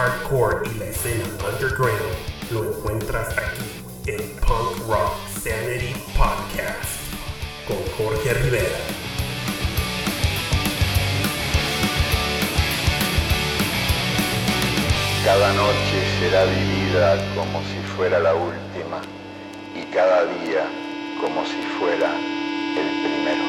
hardcore y la escena underground lo encuentras aquí en Punk Rock Sanity Podcast con Jorge Rivera. Cada noche será vivida como si fuera la última y cada día como si fuera el primero.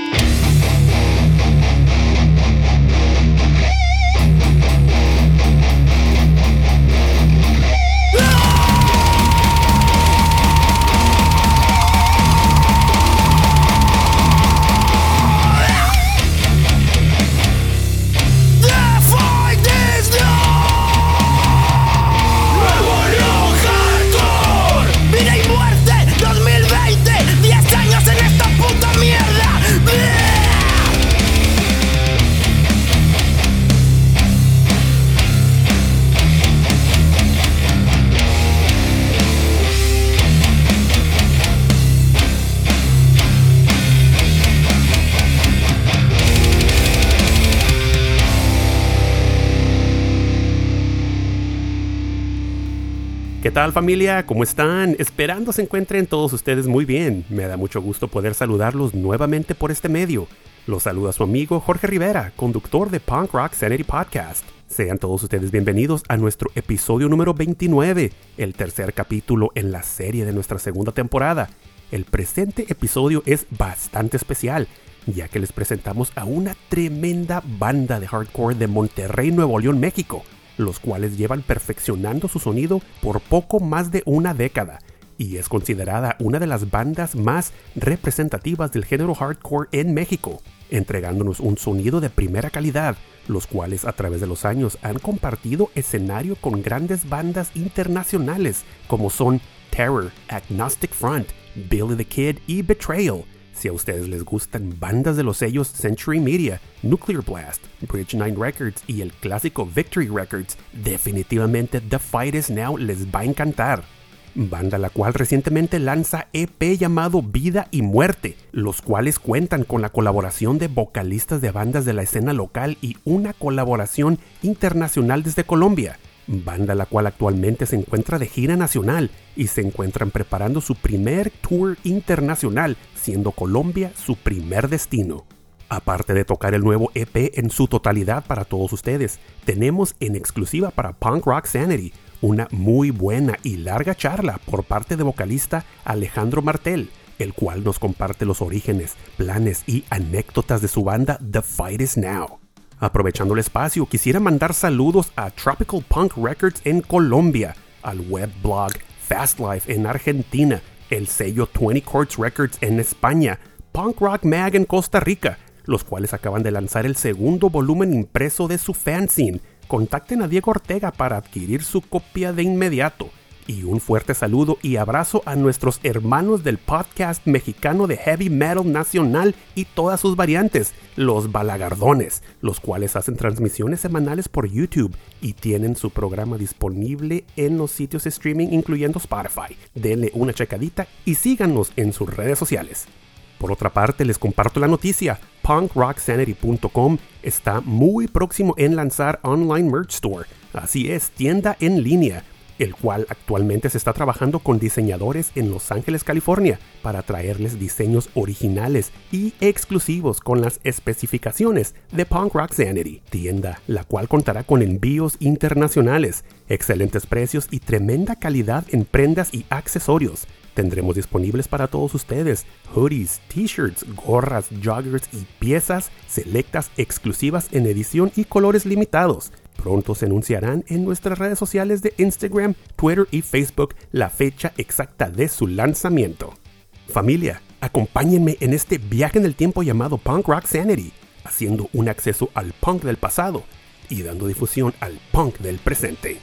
¿Qué tal, familia? ¿Cómo están? Esperando se encuentren todos ustedes muy bien. Me da mucho gusto poder saludarlos nuevamente por este medio. Los saluda su amigo Jorge Rivera, conductor de Punk Rock Sanity Podcast. Sean todos ustedes bienvenidos a nuestro episodio número 29, el tercer capítulo en la serie de nuestra segunda temporada. El presente episodio es bastante especial, ya que les presentamos a una tremenda banda de hardcore de Monterrey, Nuevo León, México, los cuales llevan perfeccionando su sonido por poco más de una década y es considerada una de las bandas más representativas del género hardcore en México, entregándonos un sonido de primera calidad, los cuales a través de los años han compartido escenario con grandes bandas internacionales como son Terror, Agnostic Front, Billy the Kid y Betrayal. Si a ustedes les gustan bandas de los sellos Century Media, Nuclear Blast, Bridge 9 Records y el clásico Victory Records, definitivamente The Fight Is Now les va a encantar. Banda la cual recientemente lanza EP llamado Vida y Muerte, los cuales cuentan con la colaboración de vocalistas de bandas de la escena local y una colaboración internacional desde Colombia. Banda la cual actualmente se encuentra de gira nacional y se encuentran preparando su primer tour internacional, siendo Colombia su primer destino. Aparte de tocar el nuevo EP en su totalidad para todos ustedes, tenemos en exclusiva para Punk Rock Sanity una muy buena y larga charla por parte de vocalista Alejandro Martel, el cual nos comparte los orígenes, planes y anécdotas de su banda The Fight Is Now. Aprovechando el espacio, quisiera mandar saludos a Tropical Punk Records en Colombia, al webblog Fast Life en Argentina, el sello 20 Chords Records en España, Punk Rock Mag en Costa Rica, los cuales acaban de lanzar el segundo volumen impreso de su fanzine. Contacten a Diego Ortega para adquirir su copia de inmediato. Y un fuerte saludo y abrazo a nuestros hermanos del podcast mexicano de heavy metal nacional y todas sus variantes, los Balagardones, los cuales hacen transmisiones semanales por YouTube y tienen su programa disponible en los sitios de streaming incluyendo Spotify. Denle una checadita y síganos en sus redes sociales. Por otra parte, les comparto la noticia. punkrocksanity.com está muy próximo en lanzar Online Merch Store, así es, tienda en línea, el cual actualmente se está trabajando con diseñadores en Los Ángeles, California, para traerles diseños originales y exclusivos con las especificaciones de Punk Rock Sanity, tienda la cual contará con envíos internacionales, excelentes precios y tremenda calidad en prendas y accesorios. Tendremos disponibles para todos ustedes hoodies, t-shirts, gorras, joggers y piezas selectas exclusivas en edición y colores limitados. Pronto se anunciarán en nuestras redes sociales de Instagram, Twitter y Facebook la fecha exacta de su lanzamiento. Familia, acompáñenme en este viaje en el tiempo llamado Punk Rock Sanity, haciendo un acceso al punk del pasado y dando difusión al punk del presente.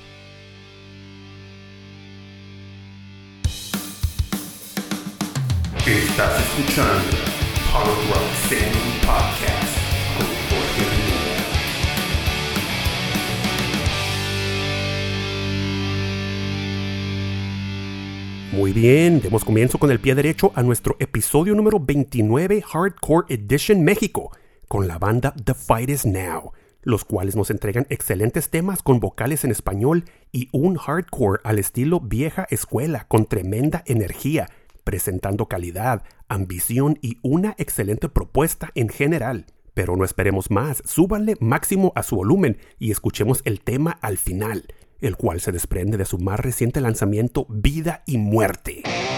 Estás escuchando Punk Rock Sanity Podcast con Jorge Rivera. Muy bien, demos comienzo con el pie derecho a nuestro episodio número 29 Hardcore Edition México, con la banda The Fight Is Now, los cuales nos entregan excelentes temas con vocales en español y un hardcore al estilo vieja escuela con tremenda energía, presentando calidad, ambición y una excelente propuesta en general. Pero no esperemos más, súbanle máximo a su volumen y escuchemos el tema al final, el cual se desprende de su más reciente lanzamiento Vida y Muerte.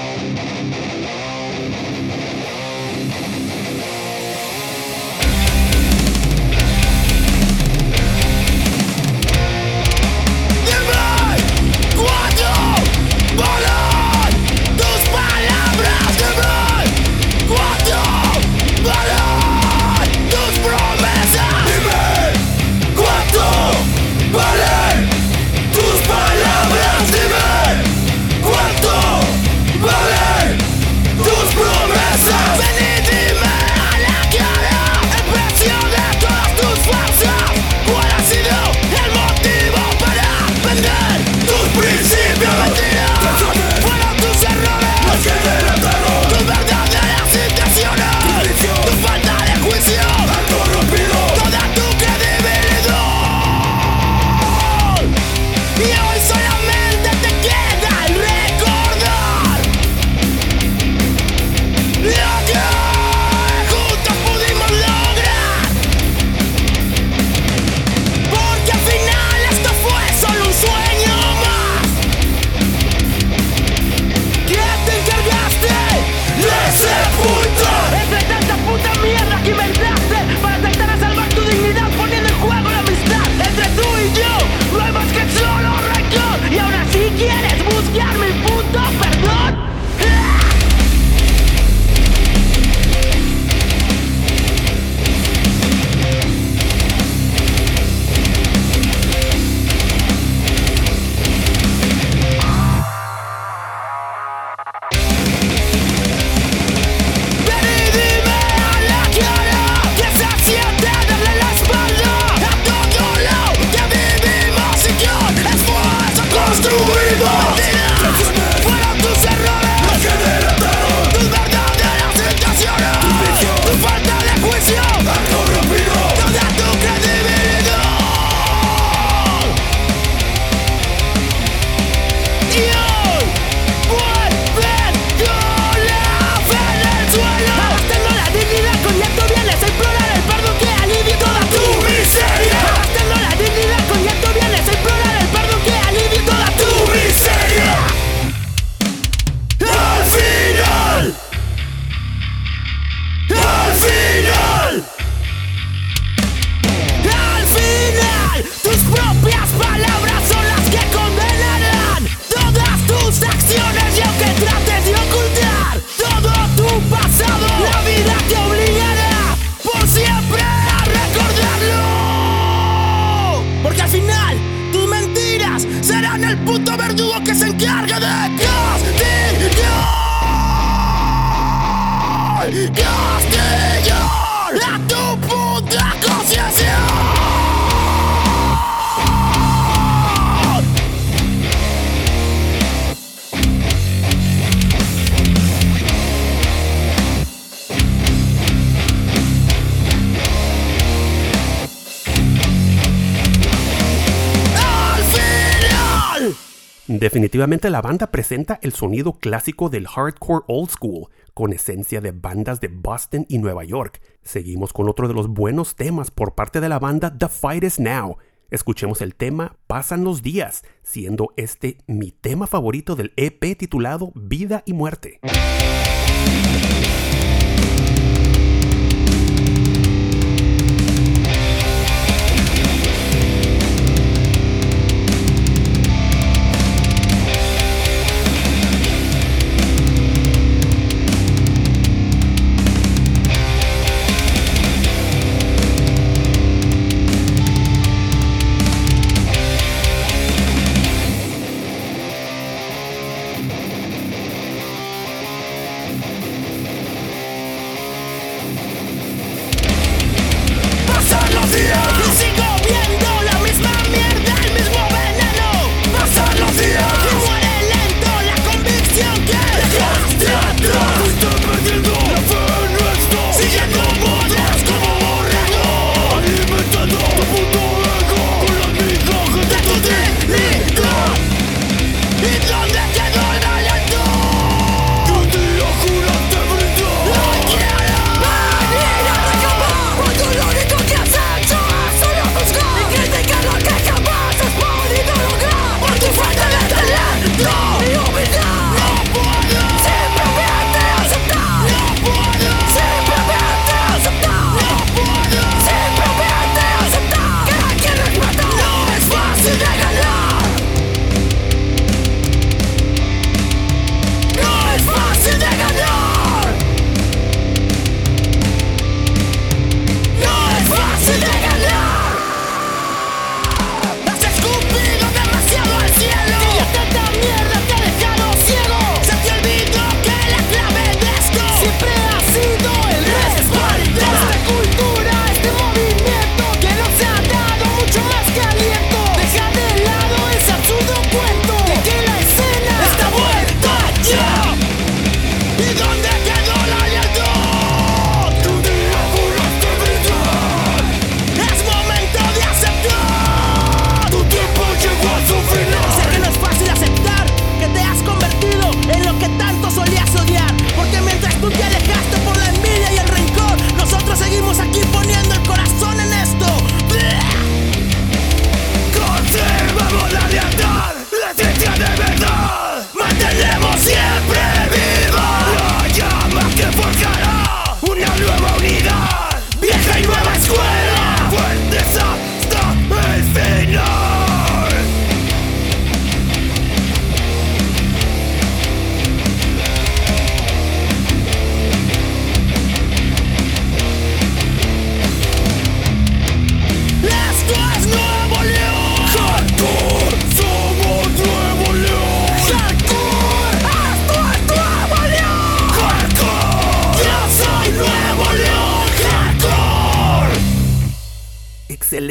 Definitivamente la banda presenta el sonido clásico del hardcore old school, con esencia de bandas de Boston y Nueva York. Seguimos con otro de los buenos temas por parte de la banda The Fight Is Now. Escuchemos el tema Pasan los días, siendo este mi tema favorito del EP titulado Vida y Muerte.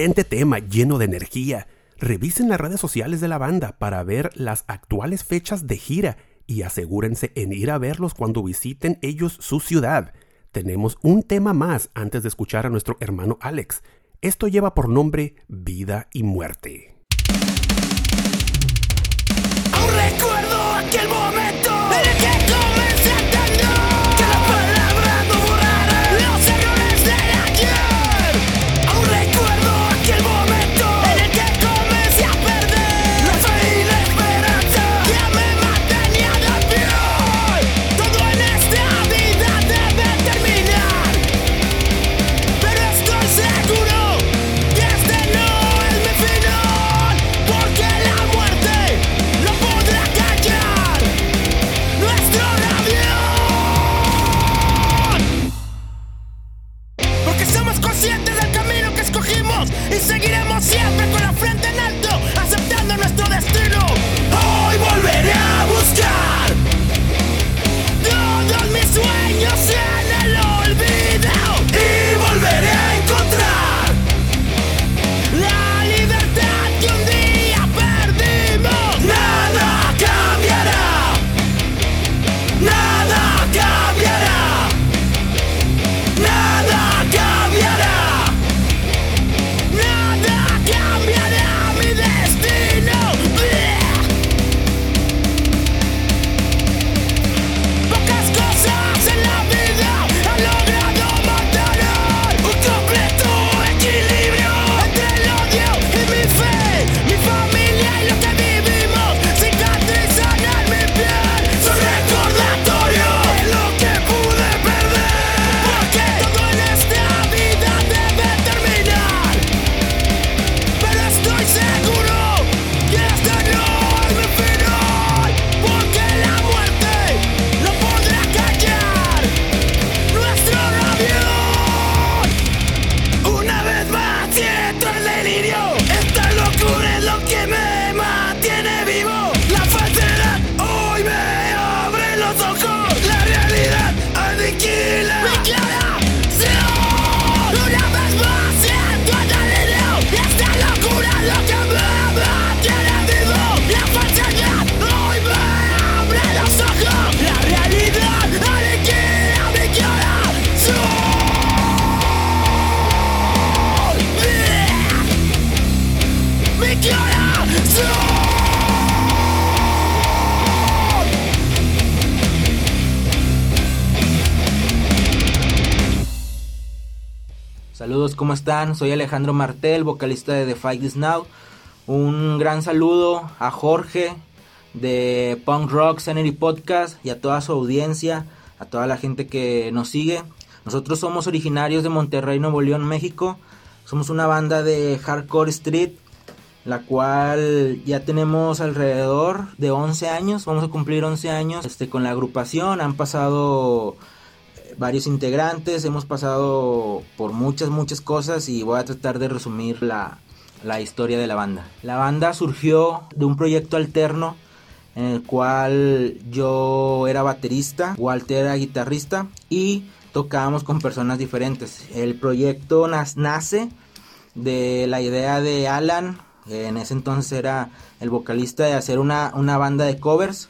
Excelente tema, lleno de energía. Revisen las redes sociales de la banda para ver las actuales fechas de gira y asegúrense en ir a verlos cuando visiten ellos su ciudad. Tenemos un tema más antes de escuchar a nuestro hermano Alex. Esto lleva por nombre Vida y Muerte. Aún recuerdo aquel momento en el que comencé a entender que las palabras no borrarán los errores del ayer. Aún recuerdo aquel momento en el que comencé a perder la fe y la esperanza que me mantenía de pie. Todo en esta vida debe terminar, pero estoy seguro que este no es mi final, porque la muerte no podrá callar nuestro rabión. Porque somos conscientes del camino que escogimos y seguiremos siempre con la frente en alto, aceptando nuestro destino. Hoy volveré a buscar todos mis sueños en el olvido y volveré a encontrar la libertad que un día perdimos. Nada cambiará, nada cambiará, nada cambiará, nada cambiará mi destino. Pocas cosas en la vida han logrado mantener un completo equilibrio entre el odio y mi fe, mi familia y lo que vivimos cicatrizan en mi piel. Son recordatorio de lo que pude perder, porque todo en esta vida debe terminar, pero estoy seguro que este no es mi final, porque la muerte no podrá callar nuestro rabión. Una vez más siento el delirio, esta locura es lo que me mantiene vivo. La falsedad hoy me abre los ojos, la realidad aniquila mi declaración. Una vez más siento el delirio, esta locura es lo que me mantiene vivo. La falsedad hoy me abre los ojos, la realidad aniquila mi declaración. Mi corazón. Saludos, ¿cómo están? Soy Alejandro Martel, vocalista de The Fight Is Now. Un gran saludo a Jorge de Punk Rock Sanity Podcast y a toda su audiencia, a toda la gente que nos sigue. Nosotros somos originarios de Monterrey, Nuevo León, México. Somos una banda de hardcore street, la cual ya tenemos alrededor de 11 años. Vamos a cumplir 11 años con la agrupación. Han pasado varios integrantes, hemos pasado por muchas cosas y voy a tratar de resumir la historia de la banda. La banda surgió de un proyecto alterno en el cual yo era baterista, Walter era guitarrista y tocábamos con personas diferentes. El proyecto nace de la idea de Alan, que en ese entonces era el vocalista, de hacer una banda de covers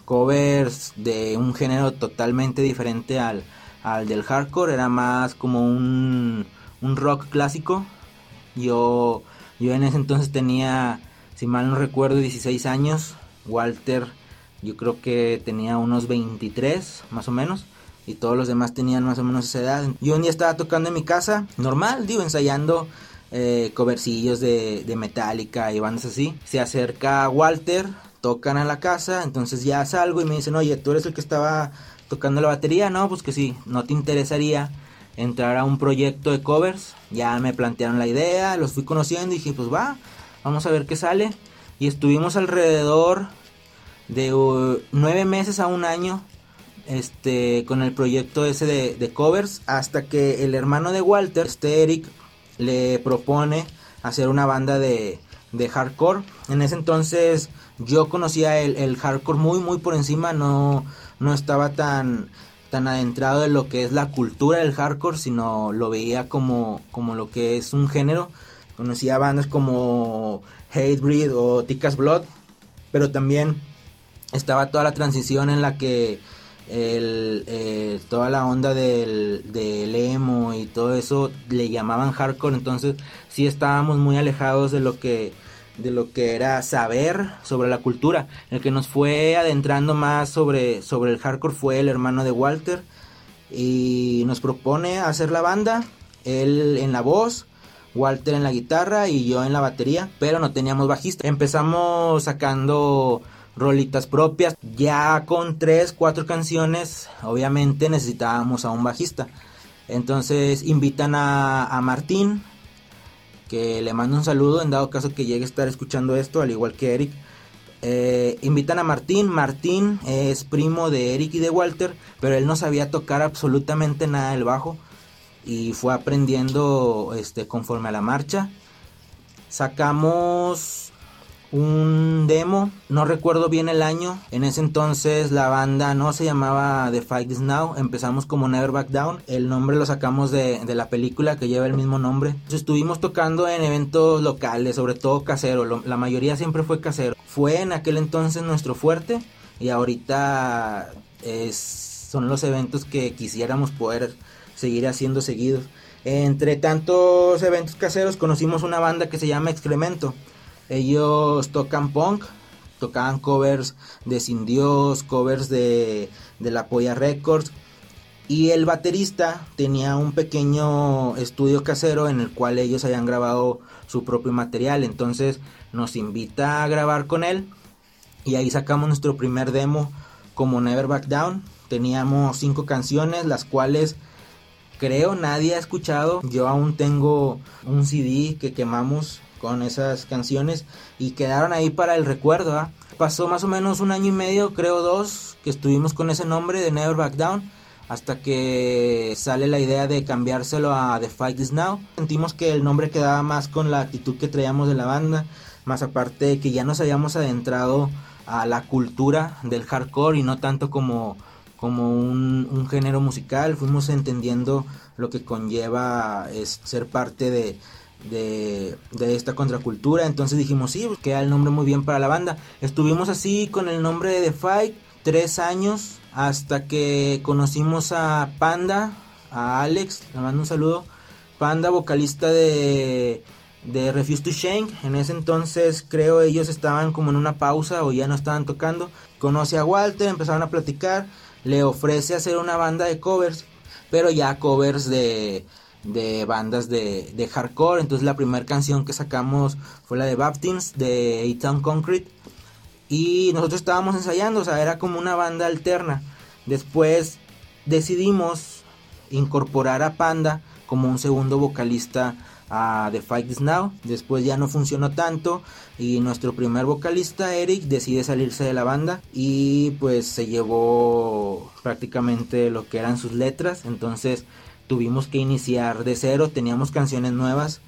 de un género totalmente diferente al del hardcore. Era más como un rock clásico. Yo en ese entonces tenía, si mal no recuerdo, 16 años. Walter yo creo que tenía unos 23 más o menos, y todos los demás tenían más o menos esa edad. Yo un día estaba tocando en mi casa, normal, ensayando covercillos de Metallica y bandas así. Se acerca Walter, tocan a la casa, entonces ya salgo y me dicen: oye, ¿tú eres el que estaba tocando la batería? No, pues que sí. ¿No te interesaría entrar a un proyecto de covers? Ya me plantearon la idea, los fui conociendo y dije, pues va, vamos a ver qué sale. Y estuvimos alrededor de 9 meses a un año con el proyecto ese de covers, hasta que el hermano de Walter, Eric, le propone hacer una banda de hardcore. En ese entonces yo conocía el hardcore muy por encima, no estaba tan adentrado en lo que es la cultura del hardcore, sino lo veía como lo que es un género conocía bandas como Hatebreed o Tickas Blood, pero también estaba toda la transición en la que toda la onda del emo y todo eso le llamaban hardcore. Entonces sí estábamos muy alejados de lo que era saber sobre la cultura. El que nos fue adentrando más sobre el hardcore fue el hermano de Walter, y nos propone hacer la banda, él en la voz, Walter en la guitarra y yo en la batería, pero no teníamos bajista. Empezamos sacando rolitas propias, ya con 3-4 canciones obviamente necesitábamos a un bajista. Entonces invitan a Martín, que le mando un saludo en dado caso que llegue a estar escuchando esto, al igual que Eric. Invitan a Martín. Martín es primo de Eric y de Walter, pero él no sabía tocar absolutamente nada del bajo y fue aprendiendo conforme a la marcha. Sacamos un demo, no recuerdo bien el año. En ese entonces la banda no se llamaba The Fight Is Now, empezamos como Never Back Down. El nombre lo sacamos de la película que lleva el mismo nombre. Entonces, estuvimos tocando en eventos locales, sobre todo casero, la mayoría siempre fue casero. Fue en aquel entonces nuestro fuerte, y ahorita son los eventos que quisiéramos poder seguir haciendo seguidos. Entre tantos eventos caseros conocimos una banda que se llama Excremento. Ellos tocan punk, tocaban covers de Sin Dios, covers de La Polla Records, y el baterista tenía un pequeño estudio casero en el cual ellos habían grabado su propio material. Entonces nos invita a grabar con él y ahí sacamos nuestro primer demo como Never Back Down. Teníamos 5 canciones, las cuales creo nadie ha escuchado. Yo aún tengo un CD que quemamos con esas canciones y quedaron ahí para el recuerdo, ¿eh? Pasó más o menos 1 año y medio, creo 2, que estuvimos con ese nombre de Never Back Down, hasta que sale la idea de cambiárselo a The Fight Is Now. Sentimos que el nombre quedaba más con la actitud que traíamos de la banda, más aparte de que ya nos habíamos adentrado a la cultura del hardcore y no tanto como un género musical. Fuimos entendiendo lo que conlleva ser parte de esta contracultura. Entonces dijimos, sí, queda el nombre muy bien para la banda. Estuvimos así con el nombre de The Fight 3 años, hasta que conocimos a Panda, a Alex, le mando un saludo. Panda, vocalista de Refuse to Shame. En ese entonces creo ellos estaban como en una pausa o ya no estaban tocando. Conoce a Walter, empezaron a platicar, le ofrece hacer una banda de covers, pero ya covers de bandas de hardcore. Entonces la primera canción que sacamos fue la de Baptins de A-Town Concrete, y nosotros estábamos ensayando, o sea, era como una banda alterna. Después decidimos incorporar a Panda como un segundo vocalista a The Fight Is Now. Después ya no funcionó tanto y nuestro primer vocalista, Eric, decide salirse de la banda y pues se llevó prácticamente lo que eran sus letras. Entonces tuvimos que iniciar de cero. Teníamos canciones nuevas,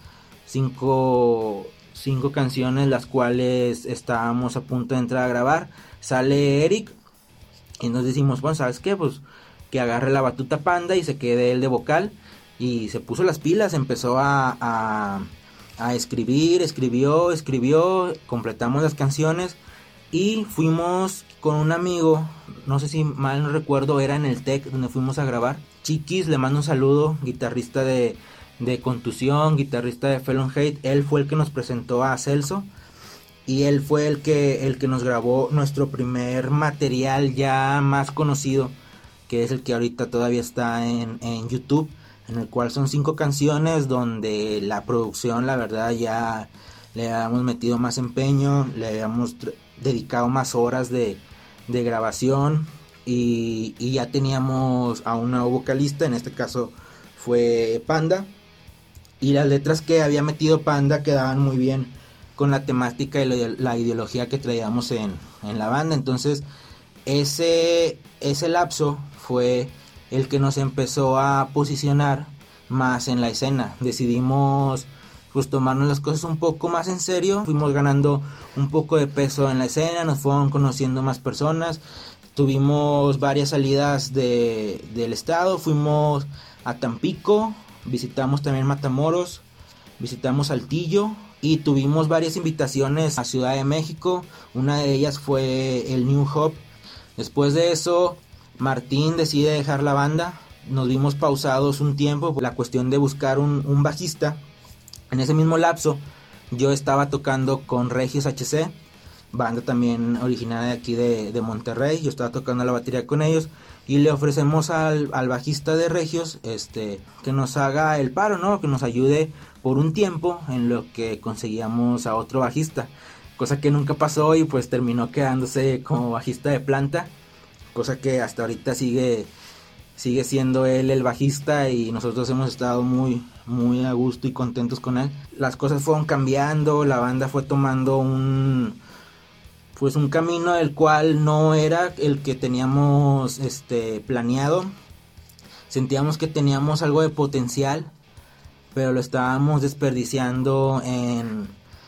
5 canciones, las cuales estábamos a punto de entrar a grabar. Sale Eric y nos decimos, bueno, ¿sabes qué? Pues que agarre la batuta Panda y se quede él de vocal. Y se puso las pilas, empezó a escribir, escribió, completamos las canciones y fuimos con un amigo, no sé si mal no recuerdo, era en el TEC donde fuimos a grabar. Chiquis, le mando un saludo, guitarrista de Contusión, guitarrista de Felon Hate. Él fue el que nos presentó a Celso y él fue el que nos grabó nuestro primer material ya más conocido, que es el que ahorita todavía está en YouTube, en el cual son 5 canciones donde la producción, la verdad, ya le habíamos metido más empeño, le habíamos dedicado más horas de grabación y ya teníamos a un nuevo vocalista, en este caso fue Panda, y las letras que había metido Panda quedaban muy bien con la temática y la ideología que traíamos en la banda. Entonces ese lapso fue el que nos empezó a posicionar más en la escena. Decidimos pues tomarnos las cosas un poco más en serio, fuimos ganando un poco de peso en la escena, nos fueron conociendo más personas, tuvimos varias salidas del estado, fuimos a Tampico, visitamos también Matamoros, visitamos Saltillo y tuvimos varias invitaciones a Ciudad de México. Una de ellas fue el New Hub. Después de eso, Martín decide dejar la banda. Nos vimos pausados un tiempo por la cuestión de buscar un bajista. En ese mismo lapso, yo estaba tocando con Regios HC, banda también originaria de aquí de Monterrey. Yo estaba tocando la batería con ellos y le ofrecemos al bajista de Regios que nos haga el paro, ¿no? Que nos ayude por un tiempo en lo que conseguíamos a otro bajista, cosa que nunca pasó y pues terminó quedándose como bajista de planta, cosa que hasta ahorita sigue siendo él el bajista y nosotros hemos estado muy a gusto y contentos con él. Las cosas fueron cambiando, la banda fue tomando un camino del cual no era el que teníamos planeado. Sentíamos que teníamos algo de potencial, pero lo estábamos desperdiciando en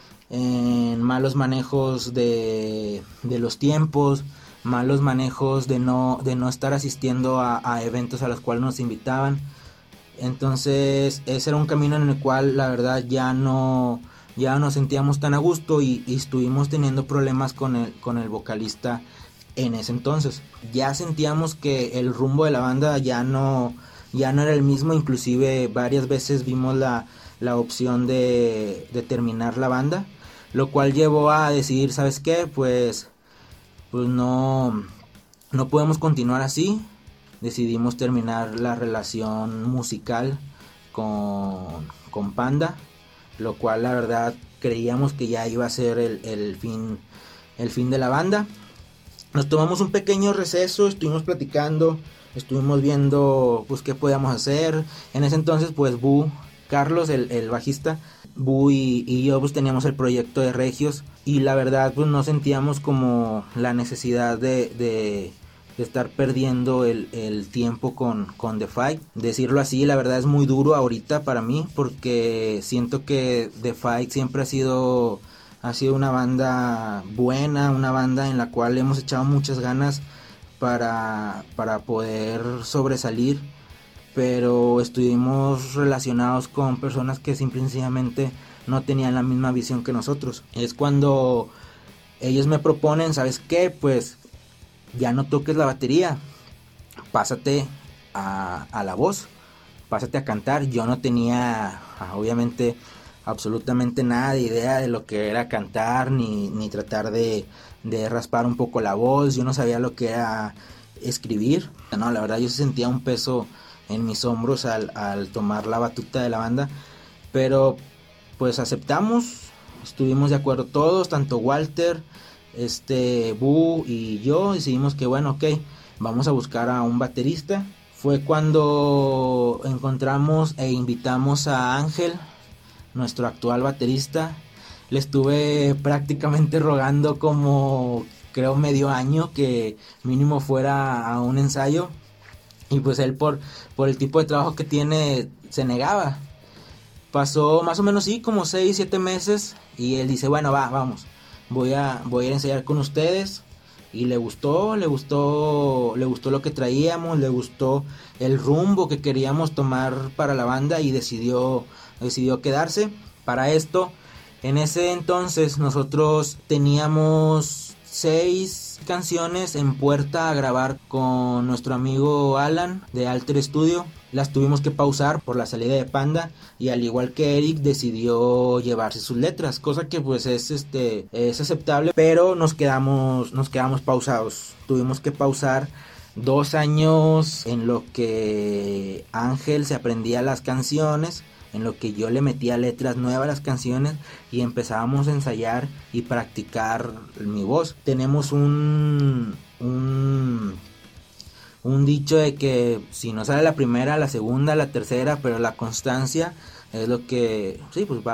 malos manejos de los tiempos, malos manejos de no estar asistiendo a eventos a los cuales nos invitaban. Entonces ese era un camino en el cual la verdad ya no nos sentíamos tan a gusto y estuvimos teniendo problemas con el vocalista en ese entonces. Ya sentíamos que el rumbo de la banda ya no era el mismo, inclusive varias veces vimos la opción de terminar la banda, lo cual llevó a decidir, ¿sabes qué? Pues no podemos continuar así. Decidimos terminar la relación musical con Panda, lo cual la verdad creíamos que ya iba a ser el fin de la banda. Nos tomamos un pequeño receso, estuvimos platicando, estuvimos viendo pues qué podíamos hacer. En ese entonces pues Carlos, el bajista, y yo pues teníamos el proyecto de Regios y la verdad pues no sentíamos como la necesidad de estar perdiendo el tiempo con The Fight. Decirlo así, la verdad es muy duro ahorita para mí, porque siento que The Fight siempre ha sido una banda buena, una banda en la cual hemos echado muchas ganas para poder sobresalir, pero estuvimos relacionados con personas que simple y sencillamente no tenían la misma visión que nosotros. Es cuando ellos me proponen, ¿sabes qué? Pues ya no toques la batería, pásate a la voz, pásate a cantar. Yo no tenía obviamente absolutamente nada de idea de lo que era cantar, ni tratar de raspar un poco la voz. Yo no sabía lo que era escribir. No, la verdad yo sentía un peso en mis hombros al tomar la batuta de la banda, pero pues aceptamos, estuvimos de acuerdo todos, tanto Walter, y yo decidimos que bueno, ok, vamos a buscar a un baterista. Fue cuando encontramos e invitamos a Ángel, nuestro actual baterista. Le estuve prácticamente rogando como creo medio año que mínimo fuera a un ensayo, y pues él por el tipo de trabajo que tiene se negaba. Pasó más o menos como 6-7 meses y él dice, bueno, vamos, voy a ir a ensayar con ustedes. Y le gustó lo que traíamos, le gustó el rumbo que queríamos tomar para la banda y decidió quedarse. Para esto, en ese entonces nosotros teníamos 6 canciones en puerta a grabar con nuestro amigo Alan de Alter Studio. Las tuvimos que pausar por la salida de Panda, y al igual que Eric decidió llevarse sus letras, cosa que pues es aceptable, pero nos quedamos pausados. Tuvimos que pausar 2 años en lo que Ángel se aprendía las canciones, en lo que yo le metía letras nuevas a las canciones y empezábamos a ensayar y practicar mi voz. Tenemos un dicho de que si no sale la primera, la segunda, la tercera, pero la constancia es lo que sí, pues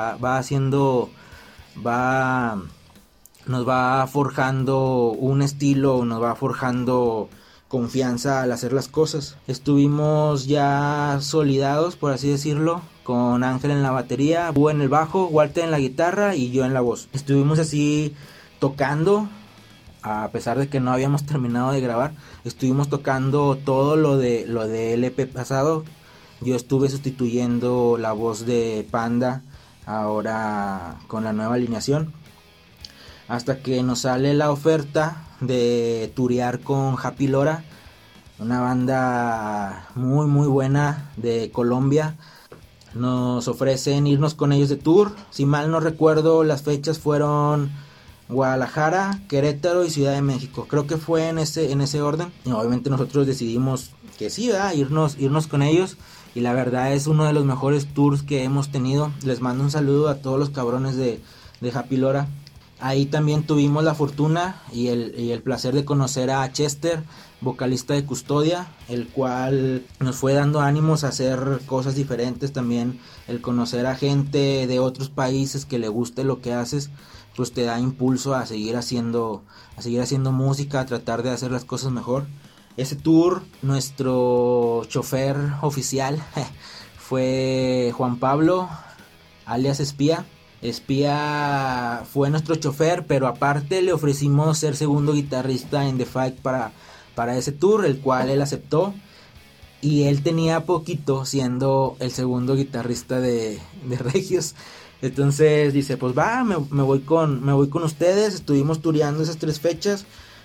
nos va forjando un estilo, nos va forjando confianza al hacer las cosas. Estuvimos ya solidados, por así decirlo, con Ángel en la batería, Bú en el bajo, Walter en la guitarra y yo en la voz. Estuvimos así tocando, a pesar de que no habíamos terminado de grabar. Estuvimos tocando todo lo del EP pasado. Yo estuve sustituyendo la voz de Panda ahora con la nueva alineación, hasta que nos sale la oferta de turear con Happy Lora, una banda muy muy buena de Colombia. Nos ofrecen irnos con ellos de tour. Si mal no recuerdo, las fechas fueron Guadalajara, Querétaro y Ciudad de México. Creo que fue en ese orden. Y obviamente nosotros decidimos que sí, ¿verdad? Irnos con ellos. Y la verdad es uno de los mejores tours que hemos tenido. Les mando un saludo a todos los cabrones de Happy Lora. Ahí también tuvimos la fortuna y el placer de conocer a Chester, vocalista de Custodia, el cual nos fue dando ánimos a hacer cosas diferentes. También el conocer a gente de otros países que le guste lo que haces, pues te da impulso a seguir haciendo música, a tratar de hacer las cosas mejor. Ese tour, nuestro chofer oficial fue Juan Pablo, alias Espía. Espía fue nuestro chofer, pero aparte le ofrecimos ser segundo guitarrista en The Fight para ese tour, el cual él aceptó. Y él tenía poquito siendo el segundo guitarrista de Regios. Entonces dice, pues va, me voy con ustedes. Estuvimos tureando esas 3 fechas.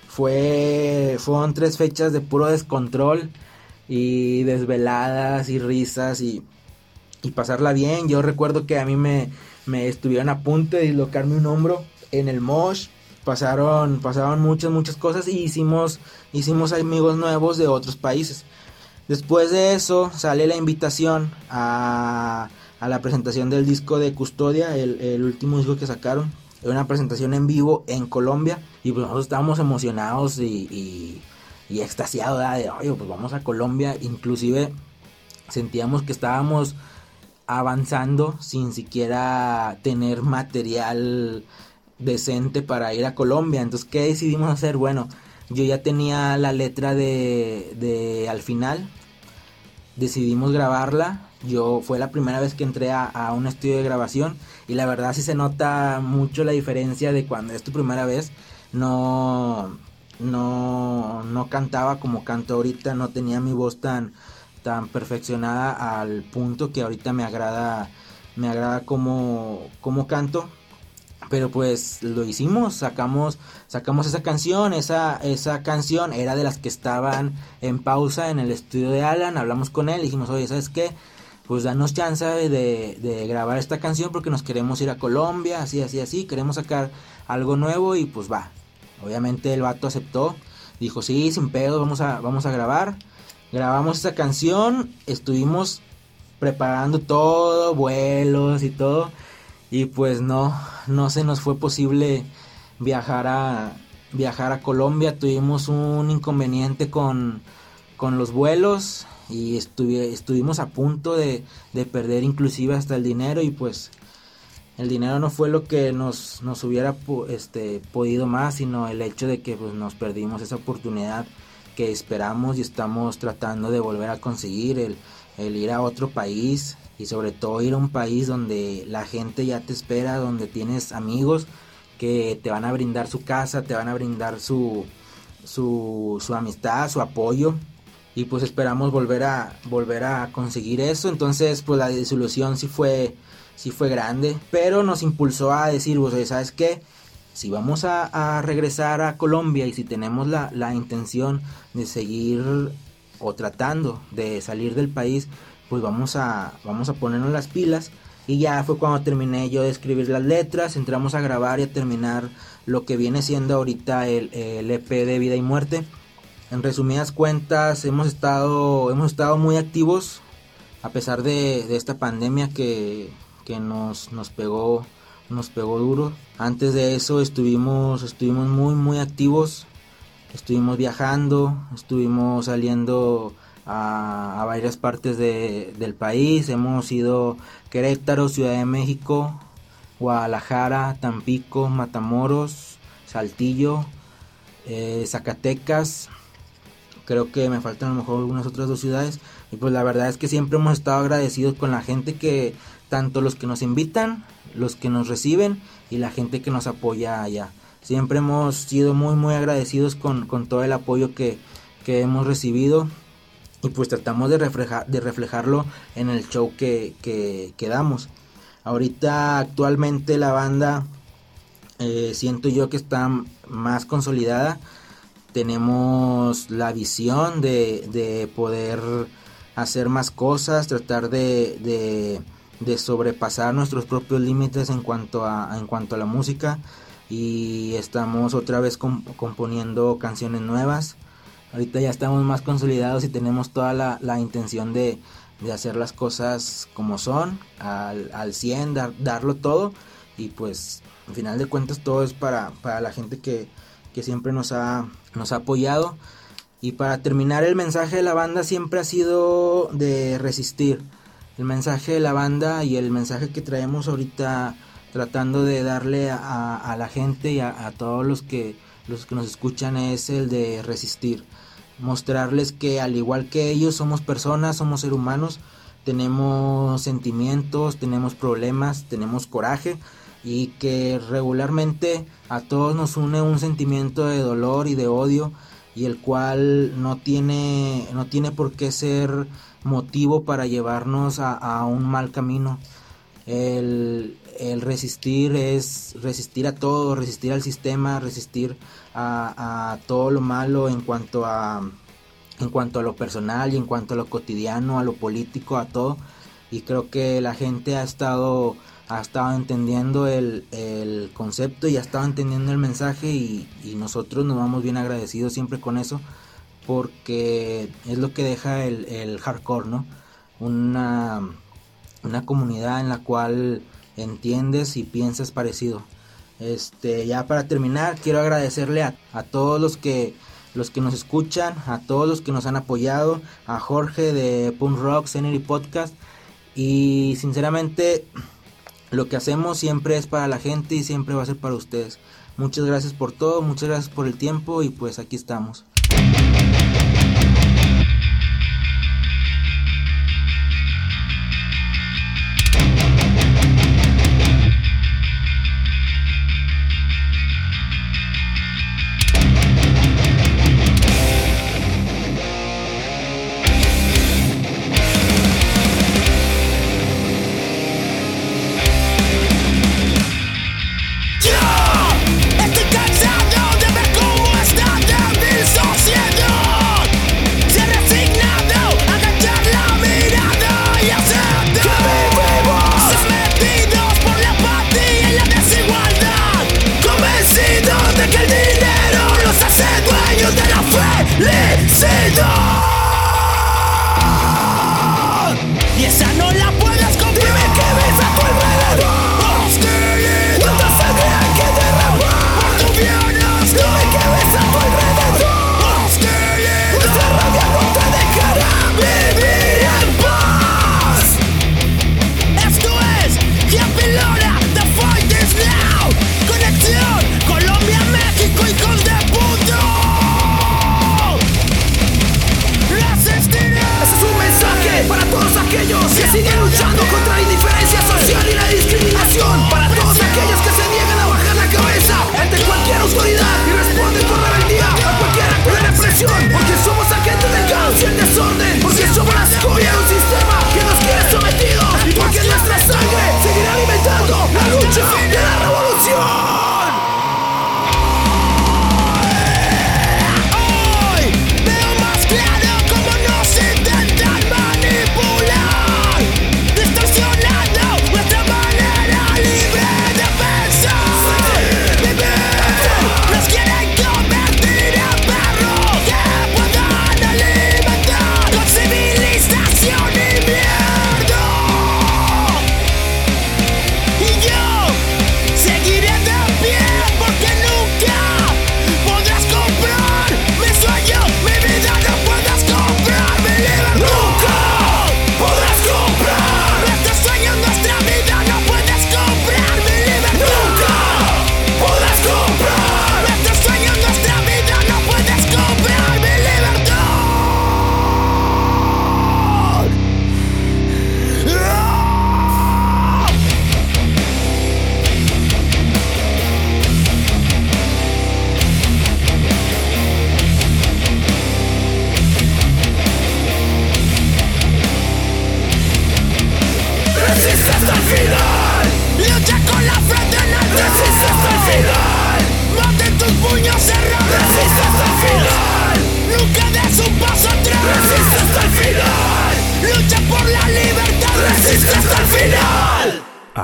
Fueron 3 fechas de puro descontrol y desveladas y risas y pasarla bien. Yo recuerdo que a mí me estuvieron a punto de dislocarme un hombro en el mosh. Pasaron muchas cosas y hicimos amigos nuevos de otros países. Después de eso sale la invitación a la presentación del disco de Custodia, el último disco que sacaron. Era una presentación en vivo en Colombia y pues nosotros estábamos emocionados y extasiados, ¿verdad? De oye, pues vamos a Colombia. Inclusive sentíamos que estábamos avanzando sin siquiera tener material decente para ir a Colombia. Entonces, ¿qué decidimos hacer? Bueno, yo ya tenía la letra de Al Final. Decidimos grabarla. Fue la primera vez que entré a un estudio de grabación y la verdad sí se nota mucho la diferencia de cuando es tu primera vez. No cantaba como canto ahorita, no tenía mi voz tan perfeccionada al punto que ahorita me agrada como canto. Pero pues lo hicimos, sacamos esa canción. Esa canción era de las que estaban en pausa en el estudio de Alan. Hablamos con él y dijimos, oye, ¿sabes qué? Pues danos chance de grabar esta canción porque nos queremos ir a Colombia, así, queremos sacar algo nuevo y pues va. Obviamente el vato aceptó, dijo sí, sin pedo, vamos a grabar. Grabamos esa canción, estuvimos preparando todo, vuelos y todo. Y pues no se nos fue posible viajar a Colombia. Tuvimos un inconveniente con los vuelos y estuvimos a punto de perder inclusive hasta el dinero. Y pues el dinero no fue lo que nos hubiera podido más, sino el hecho de que pues, nos perdimos esa oportunidad que esperamos y estamos tratando de volver a conseguir, el ir a otro país. Y sobre todo ir a un país donde la gente ya te espera, donde tienes amigos que te van a brindar su casa, te van a brindar su amistad, su apoyo. Y pues esperamos volver a conseguir eso. Entonces pues la desilusión sí fue grande, pero nos impulsó a decir, pues, ¿sabes qué? Si vamos a regresar a Colombia y si tenemos la intención de seguir o tratando de salir del país, pues vamos a ponernos las pilas. Y ya fue cuando terminé yo de escribir las letras, entramos a grabar y a terminar lo que viene siendo ahorita el EP de Vida y Muerte. En resumidas cuentas, hemos estado muy activos a pesar de esta pandemia que nos pegó duro. Antes de eso estuvimos muy muy activos, estuvimos viajando, estuvimos saliendo a varias partes del país. Hemos ido Querétaro, Ciudad de México, Guadalajara, Tampico, Matamoros, Saltillo, Zacatecas. Creo que me faltan a lo mejor algunas otras 2 ciudades. Y pues la verdad es que siempre hemos estado agradecidos con la gente que, tanto los que nos invitan, los que nos reciben y la gente que nos apoya allá. Siempre hemos sido muy muy agradecidos con todo el apoyo que hemos recibido. Y pues tratamos de reflejarlo en el show que damos. Ahorita actualmente la banda siento yo que está más consolidada. Tenemos la visión de poder hacer más cosas, tratar de sobrepasar nuestros propios límites en cuanto a la música, y estamos otra vez componiendo canciones nuevas. Ahorita ya estamos más consolidados y tenemos toda la intención de hacer las cosas como son, al 100, darlo todo, y pues al final de cuentas todo es para la gente que siempre nos ha apoyado. Y para terminar, el mensaje de la banda siempre ha sido de resistir. El mensaje de la banda y el mensaje que traemos ahorita, tratando de darle a la gente y a todos los que nos escuchan, es el de resistir. Mostrarles que al igual que ellos somos personas, somos seres humanos, tenemos sentimientos, tenemos problemas, tenemos coraje, y que regularmente a todos nos une un sentimiento de dolor y de odio, y el cual no tiene por qué ser motivo para llevarnos a un mal camino. El resistir es resistir a todo, resistir al sistema, resistir a todo lo malo en cuanto a lo personal y en cuanto a lo cotidiano, a lo político, a todo. Y creo que la gente ha estado entendiendo el concepto y ha estado entendiendo el mensaje, y nosotros nos vamos bien agradecidos siempre con eso, porque es lo que deja el hardcore, ¿no? Una comunidad en la cual entiendes y piensas parecido. Ya para terminar, quiero agradecerle a todos los que nos escuchan, a todos los que nos han apoyado, a Jorge de Punk Rock Scenery Podcast, y sinceramente lo que hacemos siempre es para la gente y siempre va a ser para ustedes. Muchas gracias por todo, muchas gracias por el tiempo, y pues aquí estamos. Estoy cansado de ver cómo esta débil sociedad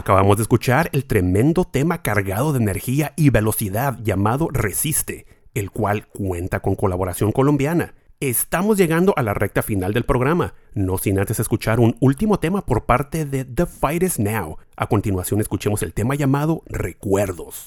Acabamos de escuchar el tremendo tema cargado de energía y velocidad llamado Resiste, el cual cuenta con colaboración colombiana. Estamos llegando a la recta final del programa, no sin antes escuchar un último tema por parte de The Fight Is Now. A continuación escuchemos el tema llamado Recuerdos.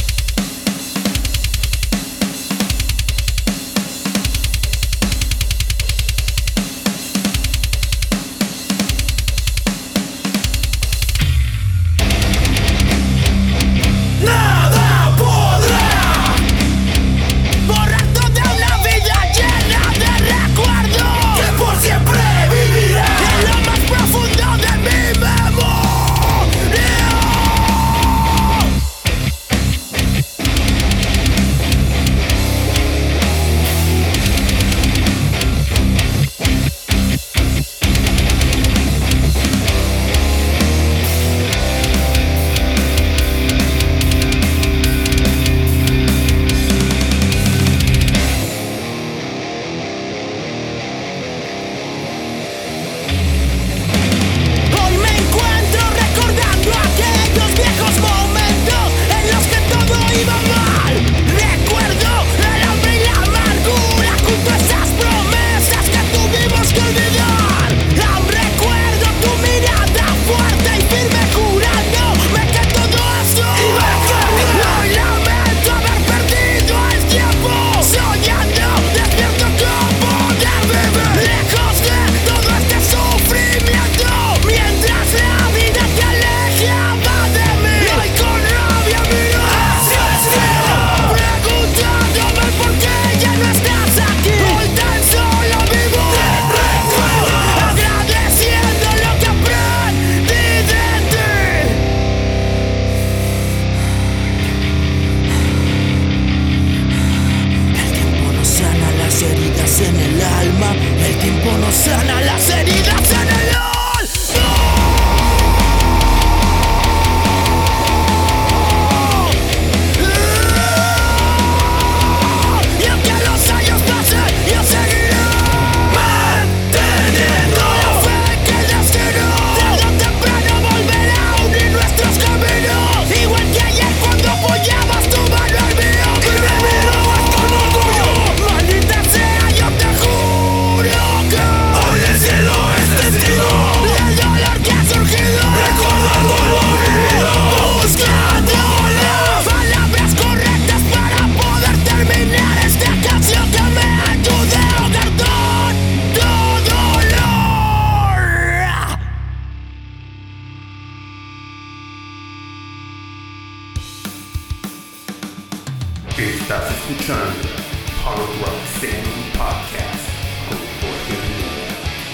Estás escuchando Punk Rock Sanity Podcast con Jorge Rivera.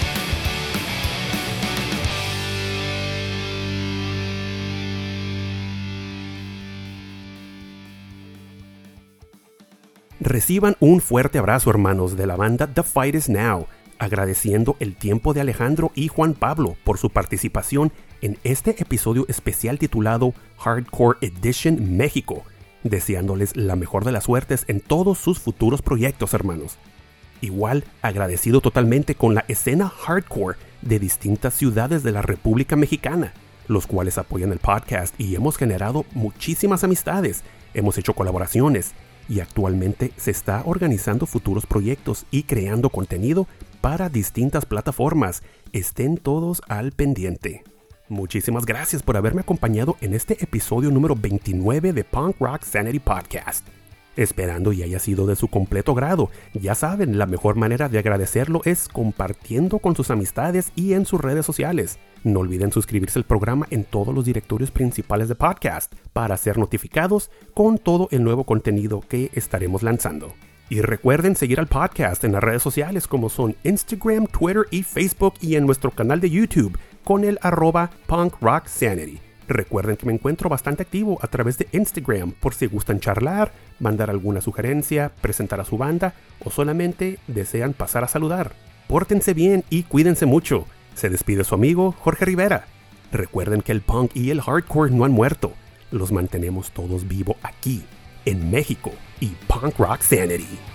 Reciban un fuerte abrazo, hermanos, de la banda The Fight Is Now, agradeciendo el tiempo de Alejandro y Juan Pablo por su participación en este episodio especial titulado Hardcore Edition México, deseándoles la mejor de las suertes en todos sus futuros proyectos, hermanos. Igual agradecido totalmente con la escena hardcore de distintas ciudades de la República Mexicana, los cuales apoyan el podcast y hemos generado muchísimas amistades, hemos hecho colaboraciones y actualmente se está organizando futuros proyectos y creando contenido para distintas plataformas. Estén todos al pendiente. Muchísimas gracias por haberme acompañado en este episodio número 29 de Punk Rock Sanity Podcast. Esperando y haya sido de su completo grado. Ya saben, la mejor manera de agradecerlo es compartiendo con sus amistades y en sus redes sociales. No olviden suscribirse al programa en todos los directorios principales de podcast para ser notificados con todo el nuevo contenido que estaremos lanzando. Y recuerden seguir al podcast en las redes sociales como son Instagram, Twitter y Facebook, y en nuestro canal de YouTube con el @punkrocksanity. Recuerden que me encuentro bastante activo a través de Instagram por si gustan charlar, mandar alguna sugerencia, presentar a su banda o solamente desean pasar a saludar. Pórtense bien y cuídense mucho. Se despide su amigo Jorge Rivera. Recuerden que el punk y el hardcore no han muerto. Los mantenemos todos vivos aquí, en México y Punk Rock Sanity.